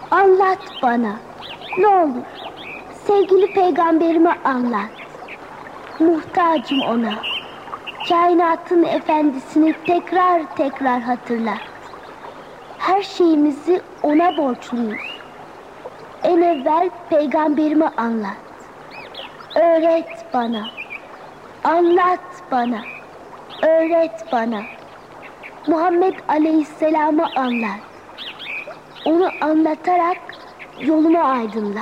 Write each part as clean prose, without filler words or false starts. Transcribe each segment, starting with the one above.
Anlat bana. Ne olur. Sevgili peygamberime anlat. Muhtacım ona. Kainatın efendisini tekrar tekrar hatırlat. Her şeyimizi ona borçluyuz. En evvel peygamberime anlat. Öğret bana. Anlat bana. Öğret bana. Muhammed Aleyhisselam'ı anlat. Onu anlatarak yolumu aydınlat.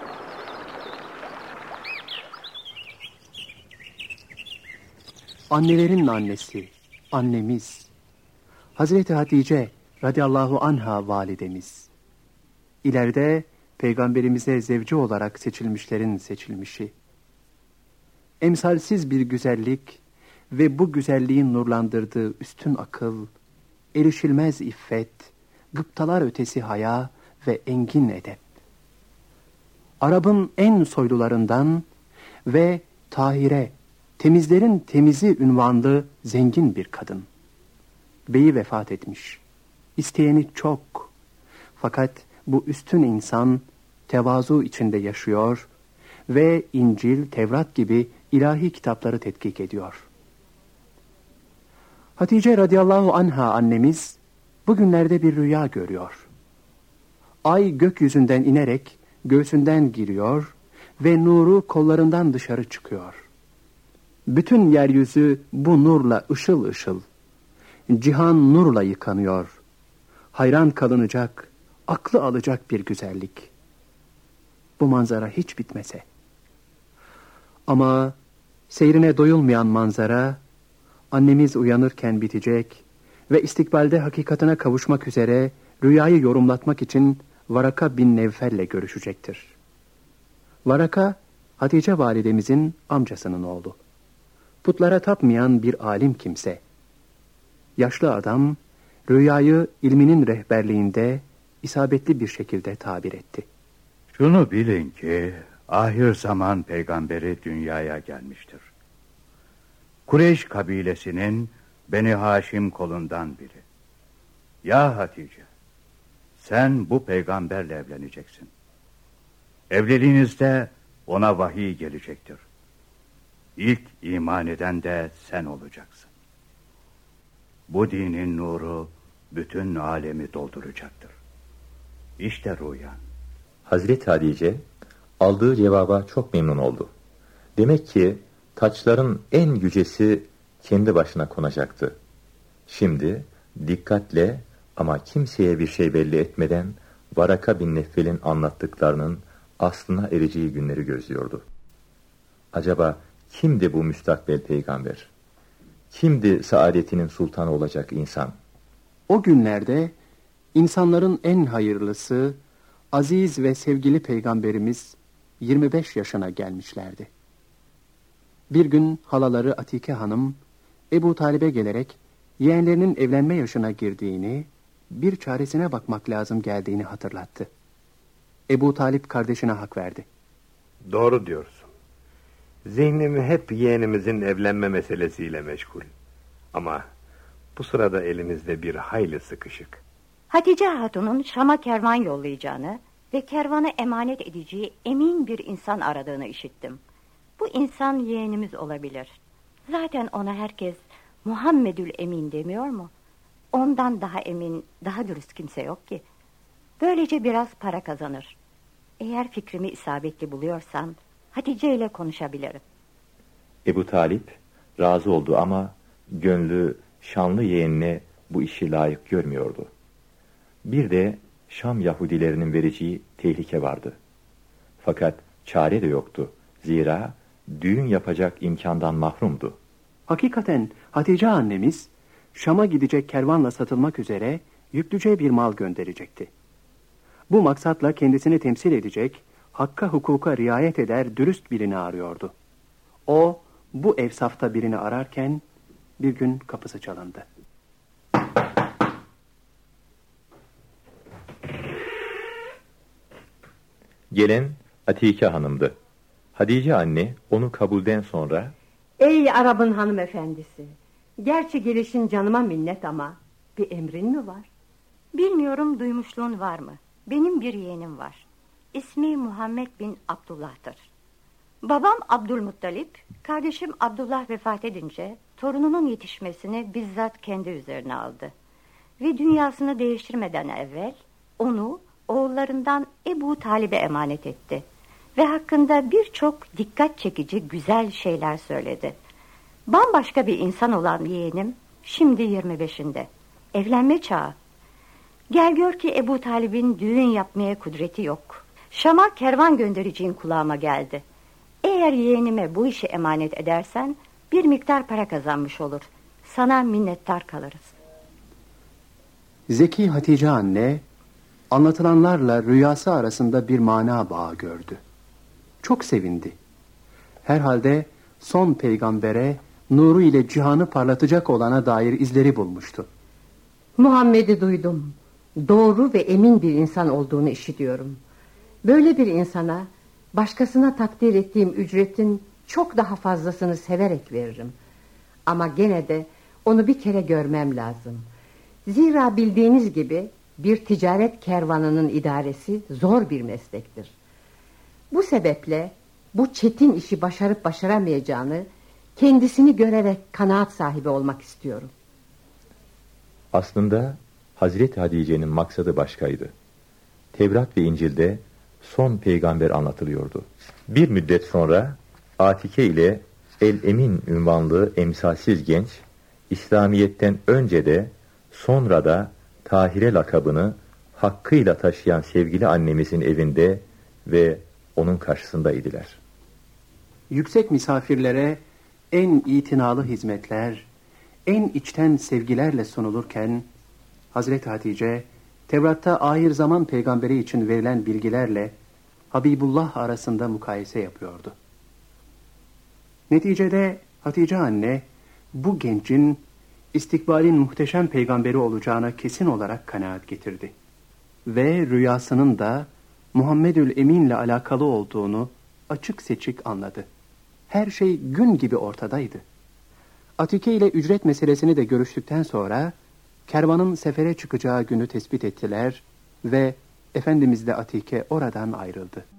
Annelerin annesi, annemiz, Hazreti Hatice radıyallahu anha validemiz. İleride peygamberimize zevci olarak seçilmişlerin seçilmişi. Emsalsiz bir güzellik ve bu güzelliğin nurlandırdığı üstün akıl, erişilmez iffet, gıptalar ötesi haya ve engin edep. Arap'ın en soylularından ve tahire, temizlerin temizi ünvanlı zengin bir kadın. Beyi vefat etmiş. İsteyeni çok. Fakat bu üstün insan tevazu içinde yaşıyor ve İncil, Tevrat gibi ilahi kitapları tetkik ediyor. Hatice radıyallahu anha annemiz bugünlerde bir rüya görüyor. Ay gökyüzünden inerek göğsünden giriyor ve nuru kollarından dışarı çıkıyor. Bütün yeryüzü bu nurla ışıl ışıl. Cihan nurla yıkanıyor. Hayran kalınacak, aklı alacak bir güzellik. Bu manzara hiç bitmese. Ama seyrine doyulmayan manzara, annemiz uyanırken bitecek ve istikbalde hakikatine kavuşmak üzere rüyayı yorumlatmak için Varaka bin Nevfel'le görüşecektir. Varaka, Hatice validemizin amcasının oğlu. Putlara tapmayan bir alim kimse. Yaşlı adam, rüyayı ilminin rehberliğinde isabetli bir şekilde tabir etti. Şunu bilin ki, ahir zaman peygamberi dünyaya gelmiştir. Kureyş kabilesinin Beni Haşim kolundan biri. Ya Hatice, sen bu peygamberle evleneceksin. Evliliğinizde ona vahiy gelecektir. İlk iman eden de sen olacaksın. Bu dinin nuru bütün alemi dolduracaktır. İşte rüyan. Hazreti Hatice aldığı cevaba çok memnun oldu. Demek ki taçların en yücesi kendi başına konacaktı. Şimdi dikkatle ama kimseye bir şey belli etmeden Varaka bin Nevfel'in anlattıklarının aslına ereceği günleri gözlüyordu. Acaba kimdi bu müstakbel peygamber? Kimdi saadetinin sultanı olacak insan? O günlerde insanların en hayırlısı, aziz ve sevgili peygamberimiz 25 yaşına gelmişlerdi. Bir gün halaları Atike Hanım, Ebu Talib'e gelerek yeğenlerinin evlenme yaşına girdiğini, bir çaresine bakmak lazım geldiğini hatırlattı. Ebu Talip kardeşine hak verdi. Doğru diyorsun. Zihnimi hep yeğenimizin evlenme meselesiyle meşgul. Ama bu sırada elimizde bir hayli sıkışık. Hatice Hatun'un Şam'a kervan yollayacağını ve kervanı emanet edeceği emin bir insan aradığını işittim. Bu insan yeğenimiz olabilir. Zaten ona herkes Muhammedül Emin demiyor mu? Ondan daha emin, daha dürüst kimse yok ki. Böylece biraz para kazanır. Eğer fikrimi isabetli buluyorsan Hatice ile konuşabilirim. Ebu Talip razı oldu ama gönlü şanlı yeğenine bu işi layık görmüyordu. Bir de Şam Yahudilerinin vereceği tehlike vardı. Fakat çare de yoktu. Zira düğün yapacak imkandan mahrumdu. Hakikaten Hatice annemiz Şam'a gidecek kervanla satılmak üzere yüklüce bir mal gönderecekti. Bu maksatla kendisini temsil edecek, hakka hukuka riayet eder dürüst birini arıyordu. O bu evsafta birini ararken bir gün kapısı çalındı. Gelen Atike Hanım'dı. Hatice anne onu kabulden sonra "Ey Arap'ın hanımefendisi, gerçi gelişin canıma minnet ama bir emrin mi var?" Bilmiyorum, duymuşluğun var mı? Benim bir yeğenim var. İsmi Muhammed bin Abdullah'tır. Babam Abdülmuttalip, kardeşim Abdullah vefat edince torununun yetişmesini bizzat kendi üzerine aldı. Ve dünyasını değiştirmeden evvel onu oğullarından Ebu Talib'e emanet etti. Ve hakkında birçok dikkat çekici güzel şeyler söyledi. Bambaşka bir insan olan yeğenim şimdi 25'inde. Evlenme çağı. Gel gör ki Ebu Talib'in düğün yapmaya kudreti yok. Şam'a kervan göndereceğin kulağıma geldi. Eğer yeğenime bu işi emanet edersen bir miktar para kazanmış olur. Sana minnettar kalırız. Zeki Hatice anne anlatılanlarla rüyası arasında bir mana bağı gördü. Çok sevindi. Herhalde son peygambere nuru ile cihanı parlatacak olana dair izleri bulmuştu. Muhammed'i duydum. Doğru ve emin bir insan olduğunu işitiyorum. Böyle bir insana başkasına takdir ettiğim ücretin çok daha fazlasını severek veririm. Ama gene de onu bir kere görmem lazım. Zira bildiğiniz gibi bir ticaret kervanının idaresi zor bir meslektir. Bu sebeple bu çetin işi başarıp başaramayacağını kendisini görerek kanaat sahibi olmak istiyorum. Aslında Hazreti Hatice'nin maksadı başkaydı. Tevrat ve İncil'de son peygamber anlatılıyordu. Bir müddet sonra Atike ile El-Emin ünvanlı emsalsiz genç, İslamiyet'ten önce de sonra da Tahire lakabını hakkıyla taşıyan sevgili annemizin evinde ve onun karşısındaydılar. Yüksek misafirlere en itinalı hizmetler, en içten sevgilerle sunulurken Hazreti Hatice, Tevrat'ta ahir zaman peygamberi için verilen bilgilerle Habibullah arasında mukayese yapıyordu. Neticede Hatice anne bu gencin istikbalin muhteşem peygamberi olacağına kesin olarak kanaat getirdi. Ve rüyasının da Muhammedül Emin'le alakalı olduğunu açık seçik anladı. Her şey gün gibi ortadaydı. Atike ile ücret meselesini de görüştükten sonra kervanın sefere çıkacağı günü tespit ettiler ve Efendimizle Atike oradan ayrıldı.